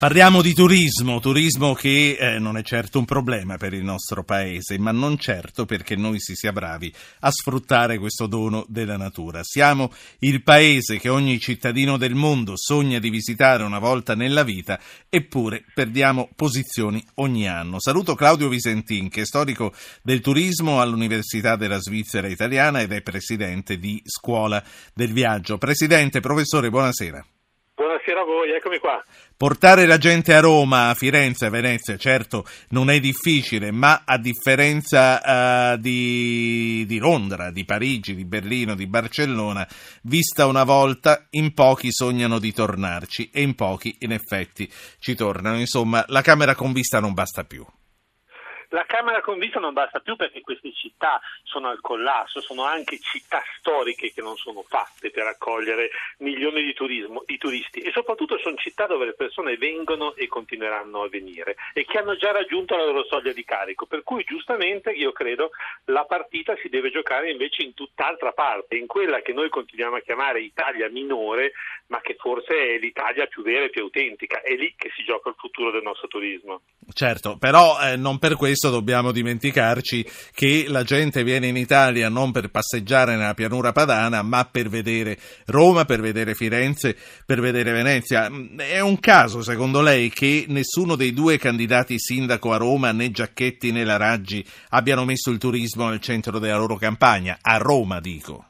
Parliamo di turismo che non è certo un problema per il nostro paese, ma non certo perché noi si sia bravi a sfruttare questo dono della natura. Siamo il paese che ogni cittadino del mondo sogna di visitare una volta nella vita, eppure perdiamo posizioni ogni anno. Saluto Claudio Visentin, che è storico del turismo all'Università della Svizzera Italiana ed è presidente di Scuola del Viaggio. Presidente, professore, buonasera. Buonasera a voi, eccomi qua. Portare la gente a Roma, a Firenze, a Venezia, certo non è difficile, ma a differenza di Londra, di Parigi, di Berlino, di Barcellona, vista una volta, in pochi sognano di tornarci e in pochi in effetti ci tornano. Insomma, la camera con vista non basta più. La camera con vista non basta più perché queste città sono al collasso, sono anche città storiche che non sono fatte per accogliere milioni di turisti e soprattutto sono città dove le persone vengono e continueranno a venire e che hanno già raggiunto la loro soglia di carico, per cui giustamente io credo la partita si deve giocare invece in tutt'altra parte, in quella che noi continuiamo a chiamare Italia minore, ma che forse è l'Italia più vera e più autentica, è lì che si gioca il futuro del nostro turismo. Certo, però non per questo dobbiamo dimenticarci che la gente viene in Italia non per passeggiare nella pianura padana, ma per vedere Roma, per vedere Firenze, per vedere Venezia. È un caso, secondo lei, che nessuno dei due candidati sindaco a Roma, né Giacchetti né La Raggi, abbiano messo il turismo al centro della loro campagna? A Roma, dico.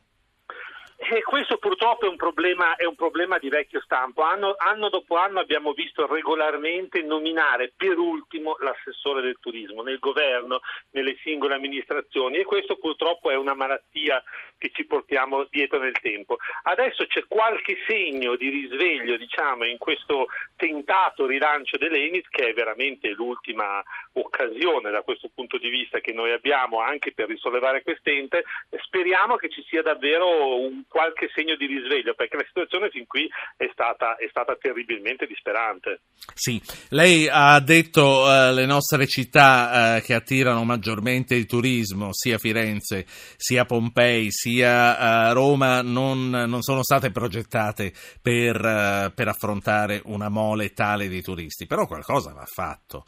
E questo purtroppo è un problema di vecchio stampo. Anno dopo anno abbiamo visto regolarmente nominare per ultimo l'assessore del turismo nel governo, nelle singole amministrazioni, e questo purtroppo è una malattia che ci portiamo dietro nel tempo. Adesso c'è qualche segno di risveglio, diciamo, in questo tentato rilancio dell'Enit, che è veramente l'ultima occasione da questo punto di vista che noi abbiamo anche per risollevare quest'ente. Speriamo che ci sia davvero qualche segno di risveglio, perché la situazione fin qui è stata terribilmente disperante. Sì, lei ha detto le nostre città che attirano maggiormente il turismo, sia Firenze, sia Pompei, sia Roma, non sono state progettate per affrontare una mole tale di turisti, però qualcosa va fatto,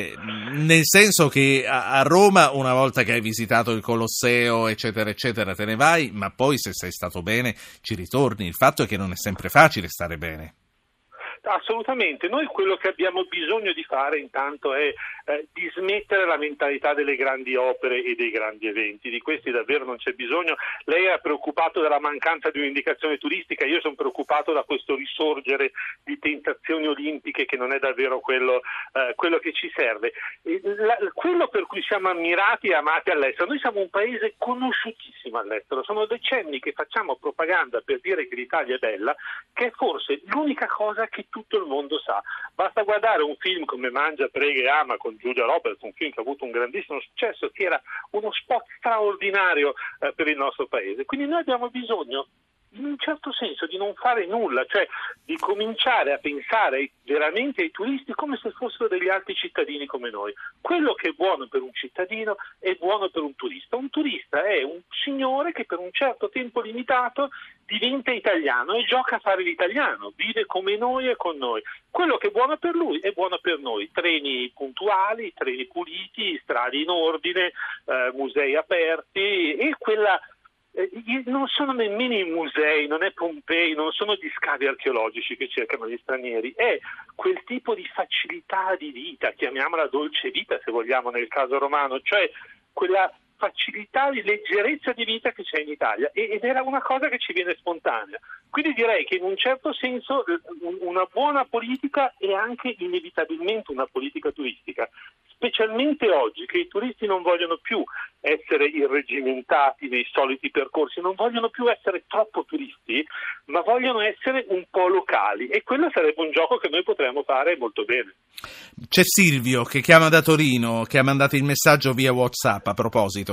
nel senso che a Roma, una volta che hai visitato il Colosseo, eccetera, eccetera, te ne vai, ma poi se sei stato bene ci ritorni. Il fatto è che non è sempre facile stare bene. Assolutamente, noi quello che abbiamo bisogno di fare intanto è dismettere la mentalità delle grandi opere e dei grandi eventi, di questi davvero non c'è bisogno. Lei è preoccupato della mancanza di un'indicazione turistica, io sono preoccupato da questo risorgere di tentazioni olimpiche che non è davvero quello che ci serve. Quello per cui siamo ammirati e amati all'estero, noi siamo un paese conosciutissimo all'estero, sono decenni che facciamo propaganda per dire che l'Italia è bella, che è forse l'unica cosa che tutto il mondo sa. Basta guardare un film come Mangia, Prega e Ama con Julia Roberts, un film che ha avuto un grandissimo successo, che era uno spot straordinario per il nostro paese. Quindi noi abbiamo bisogno in un certo senso di non fare nulla, cioè di cominciare a pensare veramente ai turisti come se fossero degli altri cittadini come noi. Quello che è buono per un cittadino è buono per un turista. Un turista è un signore che per un certo tempo limitato diventa italiano e gioca a fare l'italiano, vive come noi e con noi. Quello che è buono per lui è buono per noi. Treni puntuali, treni puliti, strade in ordine, musei aperti e quella... Non sono nemmeno i musei, non è Pompei, non sono gli scavi archeologici che cercano gli stranieri, è quel tipo di facilità di vita, chiamiamola dolce vita se vogliamo nel caso romano, cioè quella facilità di leggerezza di vita che c'è in Italia ed era una cosa che ci viene spontanea. Quindi direi che in un certo senso una buona politica è anche inevitabilmente una politica turistica, specialmente oggi che i turisti non vogliono più essere irregimentati nei soliti percorsi, non vogliono più essere troppo turisti, ma vogliono essere un po' locali e quello sarebbe un gioco che noi potremmo fare molto bene. C'è Silvio che chiama da Torino, che ha mandato il messaggio via WhatsApp a proposito,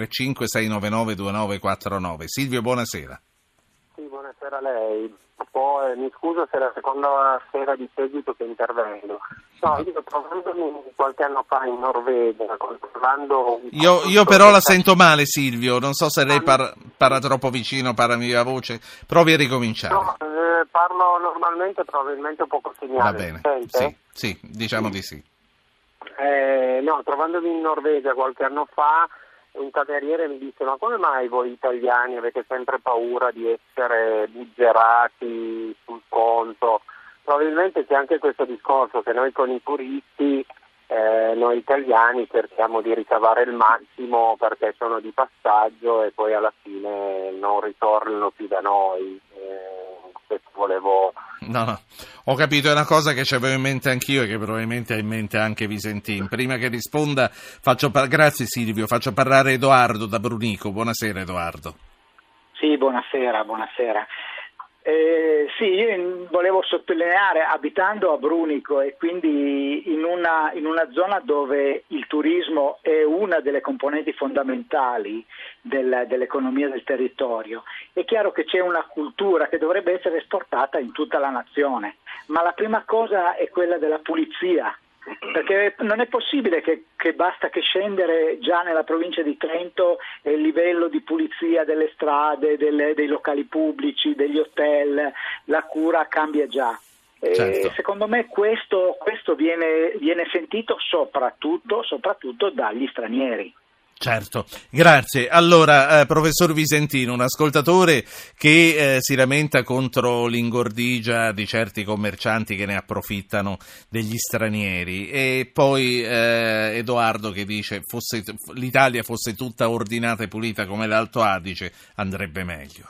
335-699-2949. Silvio, buonasera. Sì, buonasera a lei. Poi mi scuso se è la seconda sera di seguito che intervengo. No, io trovandomi qualche anno fa in Norvegia, controllando... Io però la sento male, Silvio, non so se lei parla troppo vicino, parla a viva voce, provi a ricominciare. No, parlo normalmente. normalmente probabilmente un poco segnale. Va bene, sì, diciamo di sì. No, trovandomi in Norvegia qualche anno fa, un cameriere mi disse: ma come mai voi italiani avete sempre paura di essere buggerati sul conto? Probabilmente c'è anche questo discorso che noi con i turisti, noi italiani, cerchiamo di ricavare il massimo perché sono di passaggio e poi alla fine non ritornano più da noi. Questo volevo... No, ho capito, è una cosa che avevo in mente anch'io e che probabilmente ha in mente anche Visentin. Prima che risponda, grazie Silvio, faccio parlare Edoardo da Brunico. Buonasera Edoardo. Sì, buonasera. Sì, io volevo sottolineare, abitando a Brunico e quindi in una zona dove il turismo è una delle componenti fondamentali dell'economia del territorio, è chiaro che c'è una cultura che dovrebbe essere esportata in tutta la nazione, ma la prima cosa è quella della pulizia. Perché non è possibile che basta che scendere già nella provincia di Trento e il livello di pulizia delle strade, dei locali pubblici, degli hotel, la cura cambia già. Certo. Secondo me questo viene sentito soprattutto dagli stranieri. Certo, grazie. Allora, professor Visentino, un ascoltatore che si lamenta contro l'ingordigia di certi commercianti che ne approfittano degli stranieri, e poi Edoardo che dice l'Italia fosse tutta ordinata e pulita come l'Alto Adige andrebbe meglio.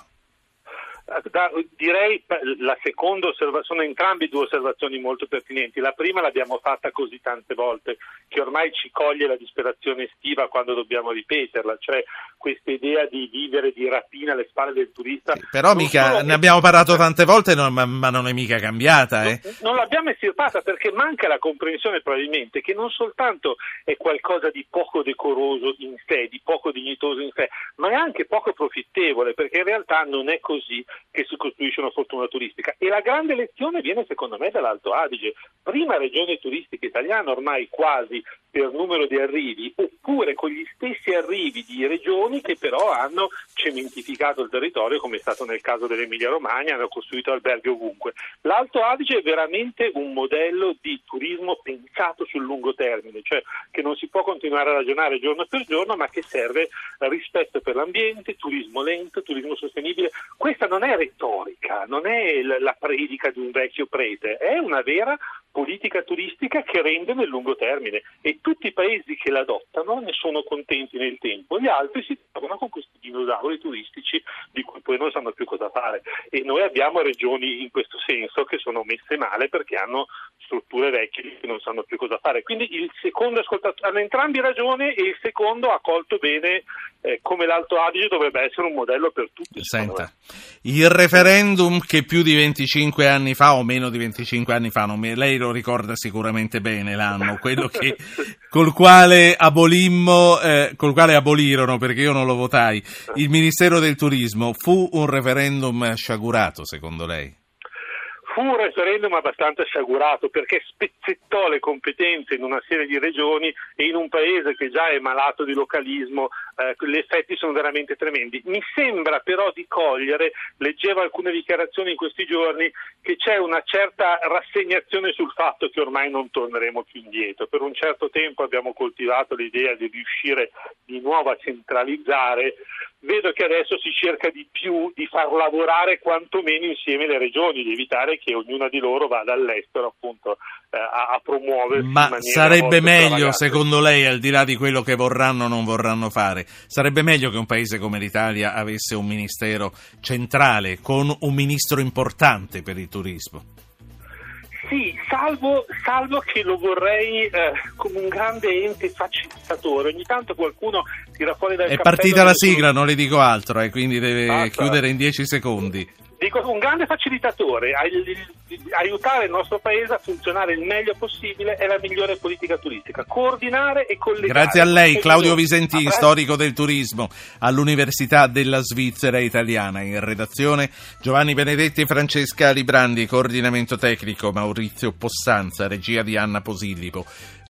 Direi la seconda sono entrambi due osservazioni molto pertinenti. La prima l'abbiamo fatta così tante volte che ormai ci coglie la disperazione estiva quando dobbiamo ripeterla, cioè questa idea di vivere di rapina alle spalle del turista. Però ne abbiamo parlato tante volte, ma non è mica cambiata. Non l'abbiamo estirpata perché manca la comprensione probabilmente che non soltanto è qualcosa di poco decoroso in sé, di poco dignitoso in sé, ma è anche poco profittevole, perché in realtà non è così che si costruisce una fortuna turistica. E la grande lezione viene secondo me dall'Alto Adige, prima regione turistica italiana ormai quasi per numero di arrivi, oppure con gli stessi arrivi di regioni che però hanno cementificato il territorio, come è stato nel caso dell'Emilia Romagna, hanno costruito alberghi ovunque. L'Alto Adige è veramente un modello di turismo pensato sul lungo termine, cioè che non si può continuare a ragionare giorno per giorno, ma che serve rispetto per l'ambiente, turismo lento, turismo sostenibile. Questa non è retorica, non è la predica di un vecchio prete, è una vera politica turistica che rende nel lungo termine, e tutti i paesi che l'adottano ne sono contenti nel tempo, gli altri si trovano con questi dinosauri turistici di cui poi non sanno più cosa fare, e noi abbiamo regioni in questo senso che sono messe male perché hanno strutture vecchie che non sanno più cosa fare. Quindi il secondo ascoltatore hanno entrambi ragione, e il secondo ha colto bene come l'Alto Adige dovrebbe essere un modello per tutti. Senta, il referendum che più di 25 anni fa o meno di 25 anni fa, lei lo ricorda sicuramente bene l'anno, quello che col quale abolirono, perché io non lo votai, il Ministero del Turismo, fu un referendum sciagurato secondo lei? Fu un referendum abbastanza sciagurato perché spezzettò le competenze in una serie di regioni, e in un paese che già è malato di localismo gli effetti sono veramente tremendi. Mi sembra però di cogliere, leggevo alcune dichiarazioni in questi giorni, che c'è una certa rassegnazione sul fatto che ormai non torneremo più indietro. Per un certo tempo abbiamo coltivato l'idea di riuscire di nuovo a centralizzare. Vedo che adesso si cerca di far lavorare quantomeno insieme le regioni, di evitare che ognuna di loro vada all'estero appunto a promuoversi. Ma sarebbe meglio, secondo lei, al di là di quello che vorranno o non vorranno fare, sarebbe meglio che un paese come l'Italia avesse un ministero centrale con un ministro importante per il turismo? Sì, salvo che lo vorrei come un grande ente facilitatore. Ogni tanto qualcuno tira fuori dal cappello. È partita la sigla, non le dico altro, quindi deve chiudere in 10 secondi. Dico, un grande facilitatore, aiutare il nostro paese a funzionare il meglio possibile è la migliore politica turistica, coordinare e collegare. Grazie a lei, Claudio Visentin, storico del turismo all'Università della Svizzera Italiana. In redazione Giovanni Benedetti e Francesca Librandi, coordinamento tecnico Maurizio Possanza, regia di Anna Posillipo.